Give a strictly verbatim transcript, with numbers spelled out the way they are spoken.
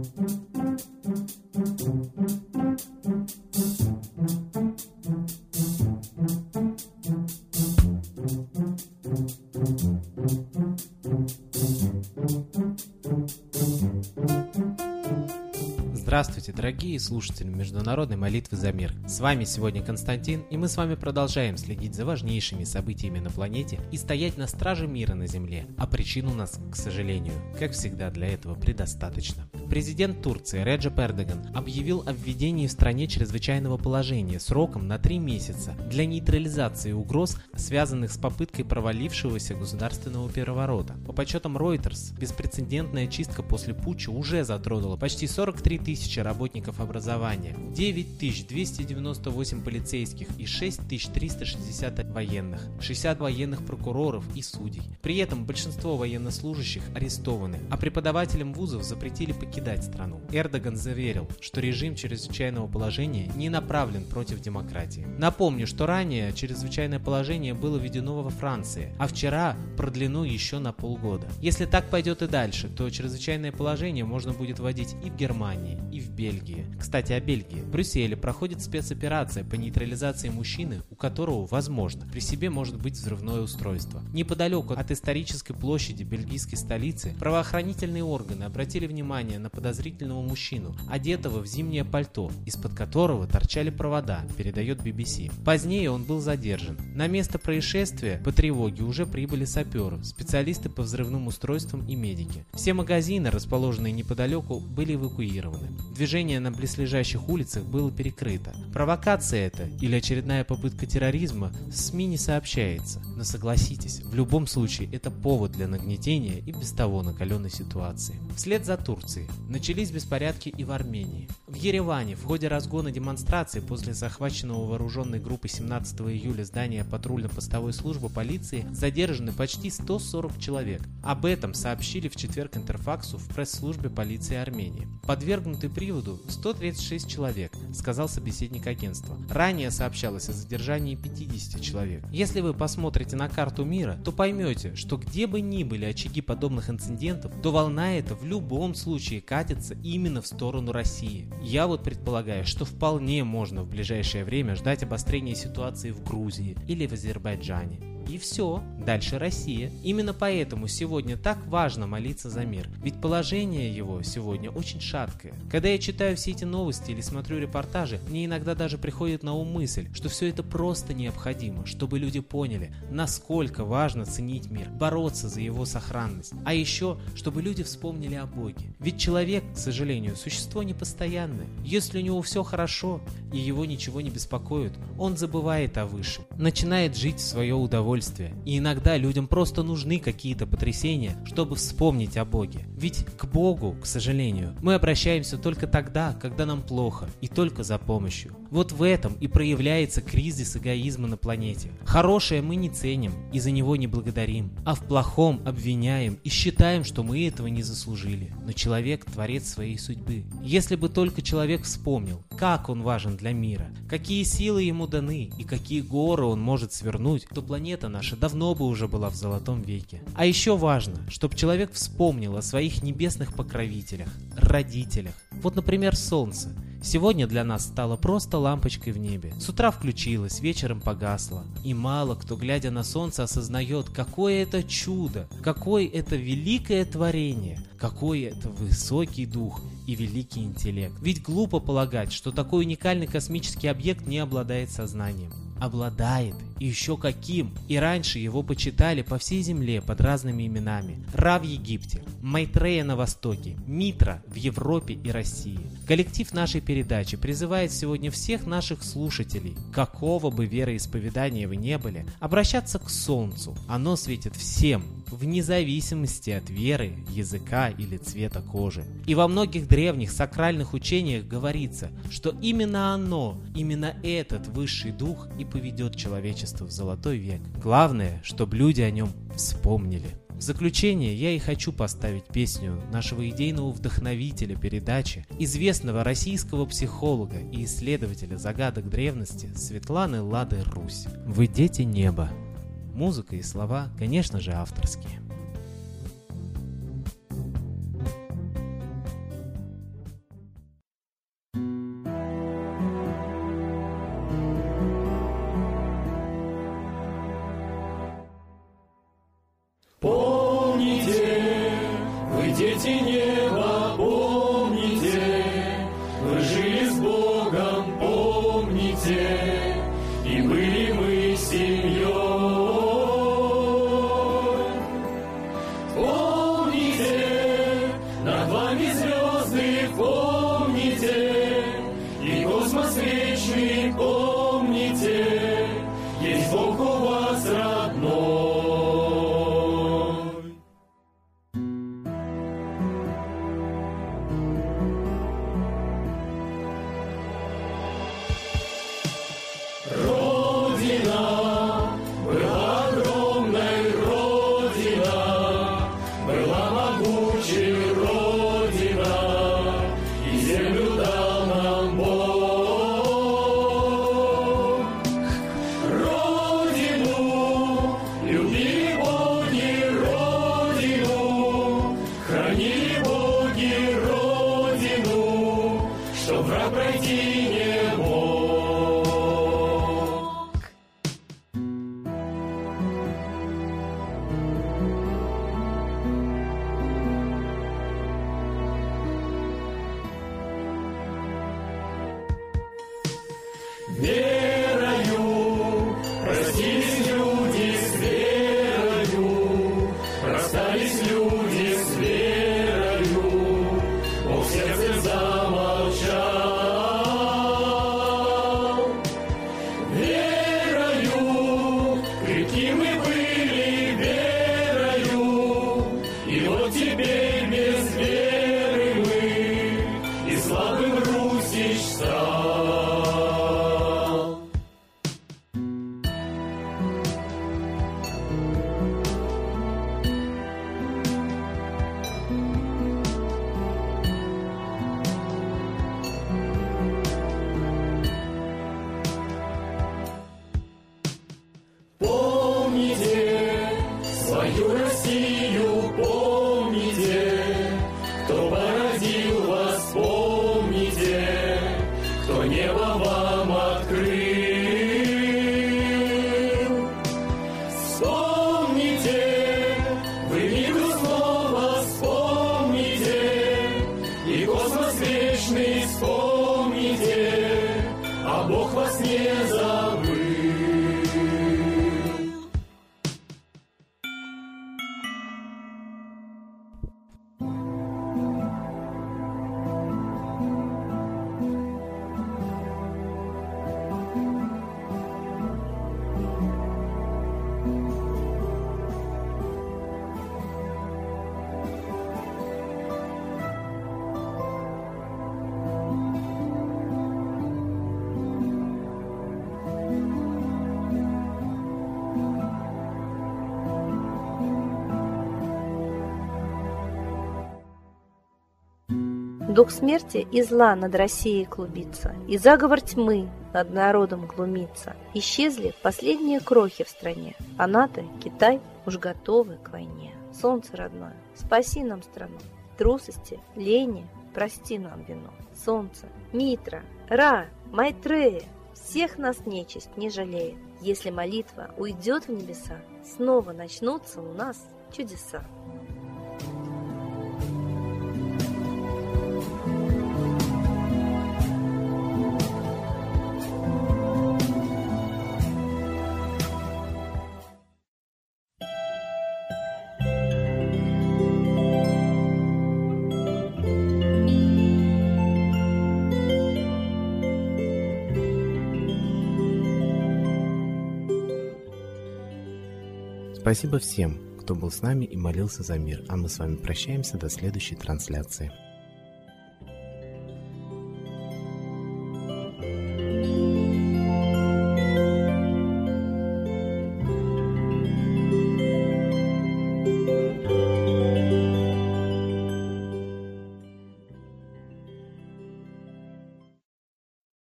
Здравствуйте, дорогие слушатели Международной молитвы за мир. С вами сегодня Константин, и мы с вами продолжаем следить за важнейшими событиями на планете и стоять на страже мира на Земле. А причин у нас, к сожалению, как всегда, для этого предостаточно. Президент Турции Реджеп Эрдоган объявил о введении в стране чрезвычайного положения сроком на три месяца для нейтрализации угроз, связанных с попыткой провалившегося государственного переворота. По подсчетам Reuters, беспрецедентная чистка после путча уже затронула почти сорок три тысячи работников образования, девять тысяч двести девяносто восемь полицейских и шесть тысяч триста шестьдесят военных, шестьдесят военных прокуроров и судей. При этом большинство военнослужащих арестованы, а преподавателям вузов запретили покидать страну. Эрдоган заверил, что режим чрезвычайного положения не направлен против демократии. Напомню, что ранее чрезвычайное положение было введено во Франции, а вчера продлено еще на полгода. Если так пойдет и дальше, то чрезвычайное положение можно будет вводить и в Германии, и в Бельгии. Кстати, о Бельгии. В Брюсселе проходит спецоперация по нейтрализации мужчины, у которого, возможно, при себе может быть взрывное устройство. Неподалеку от исторической площади бельгийской столицы правоохранительные органы обратили внимание на подозрительного мужчину, одетого в зимнее пальто, из-под которого торчали провода, передает би би си. Позднее он был задержан. На место происшествия по тревоге уже прибыли саперы, специалисты по взрывным устройствам и медики. Все магазины, расположенные неподалеку, были эвакуированы. Движение на близлежащих улицах было перекрыто. Провокация это или очередная попытка терроризма в СМИ не сообщается. Но согласитесь, в любом случае это повод для нагнетения и без того накаленной ситуации. Вслед за Турцией начались беспорядки и в Армении. В Ереване в ходе разгона демонстрации после захваченного вооруженной группой семнадцатого июля здания патрульно-постовой службы полиции задержаны почти сто сорок человек. Об этом сообщили в четверг Интерфаксу в пресс-службе полиции Армении. Подвергнуты приводу сто тридцать шесть человек, сказал собеседник агентства. Ранее сообщалось о задержании пятидесяти человек. Если вы посмотрите на карту мира, то поймете, что где бы ни были очаги подобных инцидентов, то волна эта в любом случае катится именно в сторону России. Я вот предполагаю, что вполне можно в ближайшее время ждать обострения ситуации в Грузии или в Азербайджане. И все, дальше Россия. Именно поэтому сегодня так важно молиться за мир, ведь положение его сегодня очень шаткое. Когда я читаю все эти новости или смотрю репортажи, мне иногда даже приходит на ум мысль, что все это просто необходимо, чтобы люди поняли, насколько важно ценить мир, бороться за его сохранность. А еще, чтобы люди вспомнили о Боге. Ведь человек, к сожалению, существо непостоянное. Если у него все хорошо и его ничего не беспокоит, он забывает о высшем, начинает жить в свое удовольствие. И иногда людям просто нужны какие-то потрясения, чтобы вспомнить о Боге. Ведь к Богу, к сожалению, мы обращаемся только тогда, когда нам плохо, и только за помощью. Вот в этом и проявляется кризис эгоизма на планете. Хорошее мы не ценим и за него не благодарим, а в плохом обвиняем и считаем, что мы этого не заслужили. Но человек – творец своей судьбы. Если бы только человек вспомнил, как он важен для мира, какие силы ему даны и какие горы он может свернуть, то планета наша давно бы уже была в золотом веке. А еще важно, чтобы человек вспомнил о своих небесных покровителях, родителях. Вот, например, Солнце. Сегодня для нас стало просто лампочкой в небе. С утра включилась, вечером погасла. И мало кто, глядя на солнце, осознает, какое это чудо, какое это великое творение, какой это высокий дух и великий интеллект. Ведь глупо полагать, что такой уникальный космический объект не обладает сознанием. Обладает, и еще каким. И раньше его почитали по всей земле под разными именами. Ра в Египте, Майтрея на Востоке, Митра в Европе и России. Коллектив нашей передачи призывает сегодня всех наших слушателей, какого бы вероисповедания вы не были, обращаться к Солнцу. Оно светит всем, вне зависимости от веры, языка или цвета кожи. И во многих древних сакральных учениях говорится, что именно оно, именно этот высший дух и поведет человечество в золотой век. Главное, чтобы люди о нем вспомнили. В заключение я и хочу поставить песню нашего идейного вдохновителя передачи, известного российского психолога и исследователя загадок древности Светланы Лады Русь. «Вы дети неба». Музыка и слова, конечно же, авторские. космос вечный, помните, есть Бог у вас родной. Родина была огромной, Родина была могучей, Родина, и землю дал нам Бог. Родину любили боги, Родину хранили боги, Родину, чтоб враг пройти не мог. Верою простились люди с верою, расстались люди с верою, Бог в сердце замолчал. Верою крепки мы были, верою, и вот теперь без веры мы, и слабым Русич стал. Помните свою Россию, помните, кто породил вас, помните, кто небо вам открыл. Вспомните, вы миру снова вспомните, и космос вечный вспомните, а Бог вас не забыл. Дух смерти и зла над Россией клубится, и заговор тьмы над народом глумится. Исчезли последние крохи в стране, а НАТО, Китай уж готовы к войне. Солнце родное, спаси нам страну, трусости, лени, прости нам вину. Солнце, Митра, Ра, Майтрея, всех нас нечисть не жалеет. Если молитва уйдет в небеса, снова начнутся у нас чудеса. Спасибо всем, кто был с нами и молился за мир, а мы с вами прощаемся до следующей трансляции.